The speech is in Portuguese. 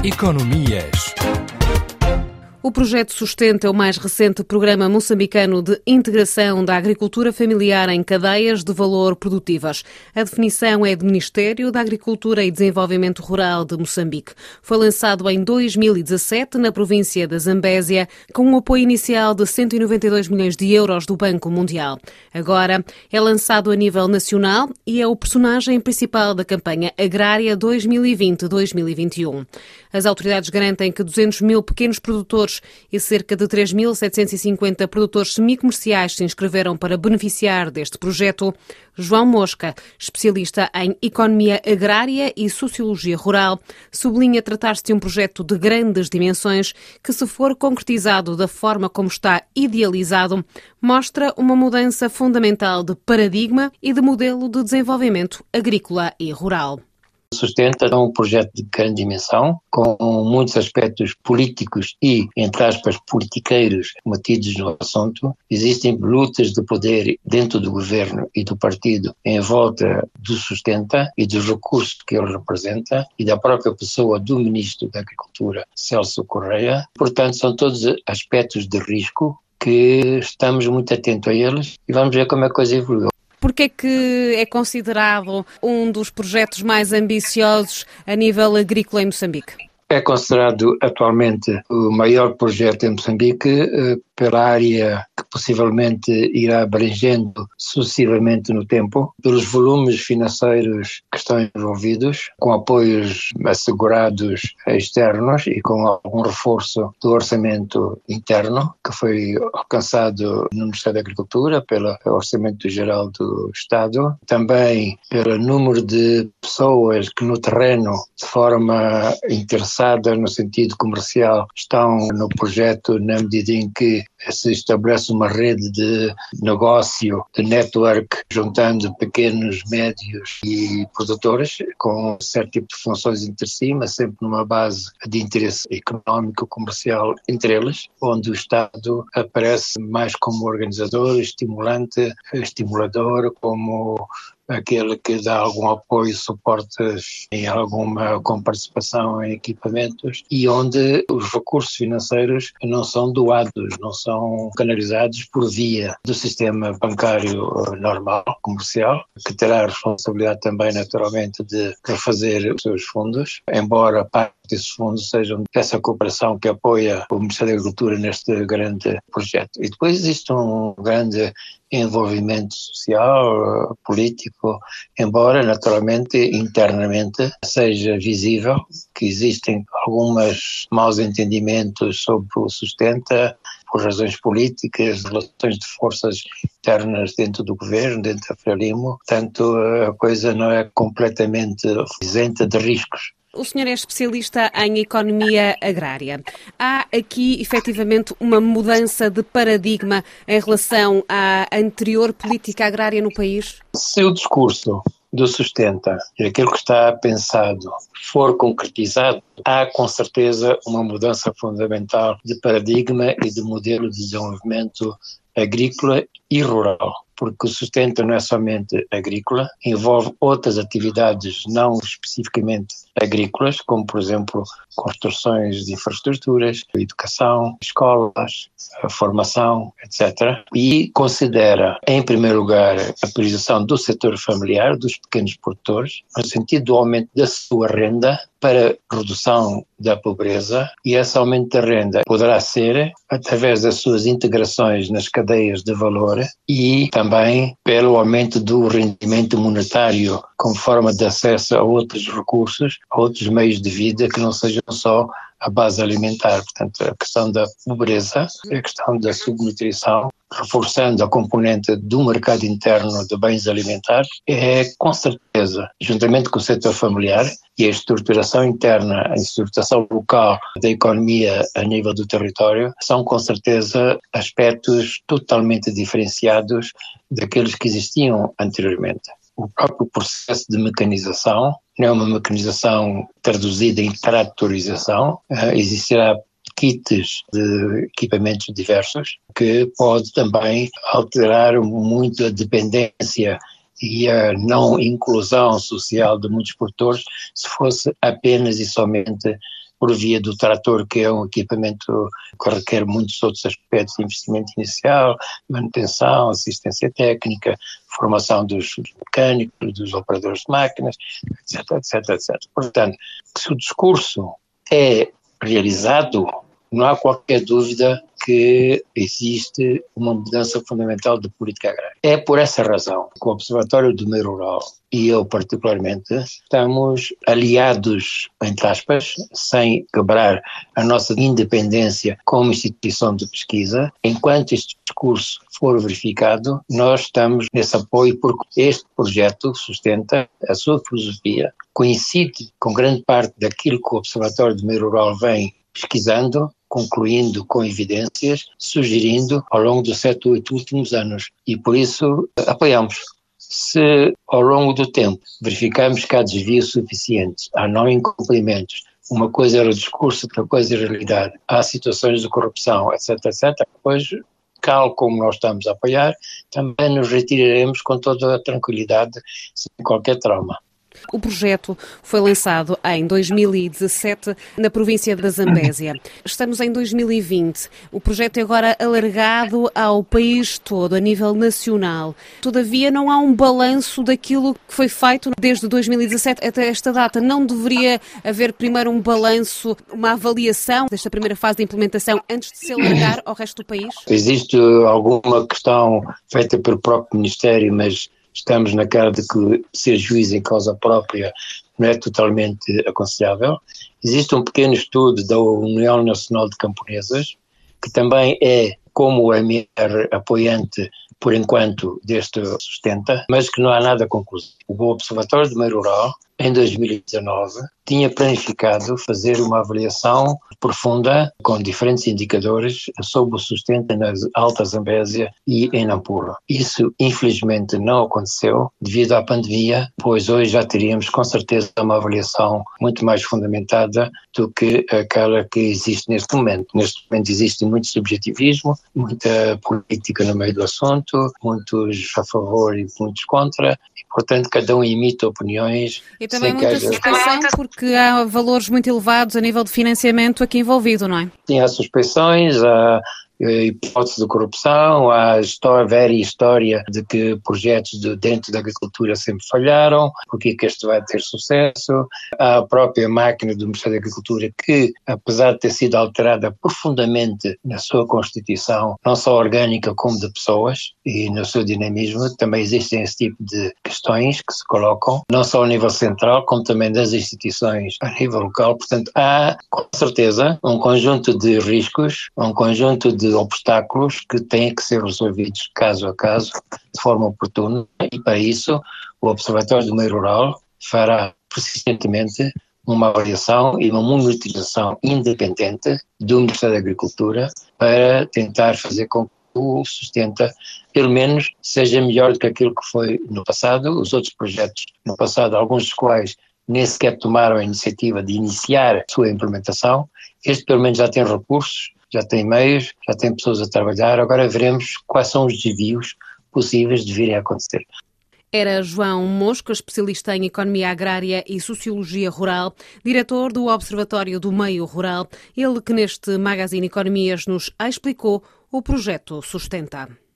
Economias. O projeto Sustenta é o mais recente programa moçambicano de integração da agricultura familiar em cadeias de valor produtivas. A definição é do Ministério da Agricultura e Desenvolvimento Rural de Moçambique. Foi lançado em 2017 na província da Zambésia, com um apoio inicial de 192 milhões de euros do Banco Mundial. Agora é lançado a nível nacional e é o personagem principal da campanha agrária 2020-2021. As autoridades garantem que 200 mil pequenos produtores e cerca de 3.750 produtores semicomerciais se inscreveram para beneficiar deste projeto. João Mosca, especialista em economia agrária e sociologia rural, sublinha tratar-se de um projeto de grandes dimensões que, se for concretizado da forma como está idealizado, mostra uma mudança fundamental de paradigma e de modelo de desenvolvimento agrícola e rural. Sustenta é um projeto de grande dimensão, com muitos aspectos políticos e, entre aspas, politiqueiros metidos no assunto. Existem lutas de poder dentro do governo e do partido em volta do Sustenta e dos recursos que ele representa e da própria pessoa do Ministro da Agricultura, Celso Correia. Portanto, são todos aspectos de risco que estamos muito atentos a eles e vamos ver como a coisa evolui. Porque é que é considerado um dos projetos mais ambiciosos a nível agrícola em Moçambique? É considerado atualmente o maior projeto em Moçambique pela área que possivelmente irá abrangendo sucessivamente no tempo, pelos volumes financeiros que estão envolvidos, com apoios assegurados externos e com algum reforço do orçamento interno, que foi alcançado no Ministério da Agricultura pelo Orçamento Geral do Estado, também pelo número de pessoas que no terreno, de forma interessada no sentido comercial, estão no projeto na medida em que se estabelece uma rede de negócio, de network, juntando pequenos, médios e produtores com certo tipo de funções entre si, mas sempre numa base de interesse económico, comercial entre eles, onde o Estado aparece mais como organizador, estimulante, estimulador, como aquele que dá algum apoio, suporte em alguma com participação em equipamentos e onde os recursos financeiros não são doados, não são canalizados por via do sistema bancário normal, comercial, que terá a responsabilidade também naturalmente de refazer os seus fundos, embora parte desses fundos sejam dessa cooperação que apoia o Ministério da Agricultura neste grande projeto. E depois existe um grande envolvimento social, político, embora naturalmente internamente seja visível que existem alguns maus entendimentos sobre o Sustenta por razões políticas, relações de forças internas dentro do governo, dentro da Frelimo, portanto a coisa não é completamente isenta de riscos. O senhor é especialista em economia agrária. Há aqui, efetivamente, uma mudança de paradigma em relação à anterior política agrária no país? Se o discurso do Sustenta e aquilo que está pensado for concretizado, há com certeza uma mudança fundamental de paradigma e de modelo de desenvolvimento agrícola e rural, porque o Sustenta não é somente agrícola, envolve outras atividades não especificamente agrícolas, como por exemplo construções de infraestruturas, educação, escolas, formação, etc. E considera, em primeiro lugar, a priorização do setor familiar, dos pequenos produtores, no sentido do aumento da sua renda para redução da pobreza, e esse aumento da renda poderá ser através das suas integrações nas cadeias de valor e também pelo aumento do rendimento monetário como forma de acesso a outros recursos, a outros meios de vida que não sejam só a base alimentar. Portanto, a questão da pobreza, a questão da subnutrição, reforçando a componente do mercado interno de bens alimentares, é com certeza, juntamente com o setor familiar e a estruturação interna, a estruturação local da economia a nível do território, são com certeza aspectos totalmente diferenciados daqueles que existiam anteriormente. O próprio processo de mecanização não é uma mecanização traduzida em tratorização, existirá kits de equipamentos diversos que pode também alterar muito a dependência e a não inclusão social de muitos produtores se fosse apenas e somente por via do trator, que é um equipamento que requer muitos outros aspectos de investimento inicial, manutenção, assistência técnica, formação dos mecânicos, dos operadores de máquinas, etc. Portanto, se o discurso é realizado, não há qualquer dúvida que existe uma mudança fundamental de política agrária. É por essa razão que o Observatório do Meio Rural e eu particularmente estamos aliados, entre aspas, sem quebrar a nossa independência como instituição de pesquisa. Enquanto este discurso for verificado, nós estamos nesse apoio porque este projeto sustenta a sua filosofia, coincide com grande parte daquilo que o Observatório do Meio Rural vem pesquisando, concluindo com evidências, sugerindo ao longo dos 7 ou 8 últimos anos. E por isso apoiamos. Se ao longo do tempo verificarmos que há desvios suficientes, há não incumprimentos, uma coisa era o discurso, outra coisa é a realidade, há situações de corrupção, etc., depois, tal como nós estamos a apoiar, também nos retiraremos com toda a tranquilidade, sem qualquer trauma. O projeto foi lançado em 2017 na província da Zambésia. Estamos em 2020. O projeto é agora alargado ao país todo, a nível nacional. Todavia, não há um balanço daquilo que foi feito desde 2017 até esta data. Não deveria haver primeiro um balanço, uma avaliação desta primeira fase de implementação antes de se alargar ao resto do país? Existe alguma questão feita pelo próprio Ministério, mas estamos na cara de que ser juiz em causa própria não é totalmente aconselhável. Existe um pequeno estudo da União Nacional de Camponesas, que também é, como o MR, apoiante, por enquanto, deste sustenta, mas que não há nada conclusivo. O Observatório do Meio Rural, em 2019, tinha planificado fazer uma avaliação profunda com diferentes indicadores sobre o sustento na Alta Zambésia e em Nampula. Isso, infelizmente, não aconteceu devido à pandemia, pois hoje já teríamos, com certeza, uma avaliação muito mais fundamentada do que aquela que existe neste momento. Neste momento existe muito subjetivismo, muita política no meio do assunto, muitos a favor e muitos contra, e, portanto, cada um imita opiniões. E também muita suspeição, porque há valores muito elevados a nível de financiamento aqui envolvido, não é? Sim, há suspeições, há hipótese de corrupção, há velha história de que projetos dentro da agricultura sempre falharam, porque é que este vai ter sucesso, há a própria máquina do Ministério da Agricultura que, apesar de ter sido alterada profundamente na sua constituição, não só orgânica como de pessoas e no seu dinamismo, também existem esse tipo de questões que se colocam, não só ao nível central, como também das instituições a nível local. Portanto, há, com certeza, um conjunto de riscos, um conjunto de obstáculos que têm que ser resolvidos caso a caso, de forma oportuna, e para isso o Observatório do Meio Rural fará persistentemente uma avaliação e uma monitorização independente do Ministério da Agricultura para tentar fazer com que o sustenta, pelo menos, seja melhor do que aquilo que foi no passado. Os outros projetos no passado, alguns dos quais nem sequer tomaram a iniciativa de iniciar a sua implementação, este pelo menos já tem recursos, já tem meios, já tem pessoas a trabalhar, agora veremos quais são os desvios possíveis de virem a acontecer. Era João Mosca, especialista em Economia Agrária e Sociologia Rural, diretor do Observatório do Meio Rural, ele que neste Magazine Economias nos explicou o projeto Sustenta.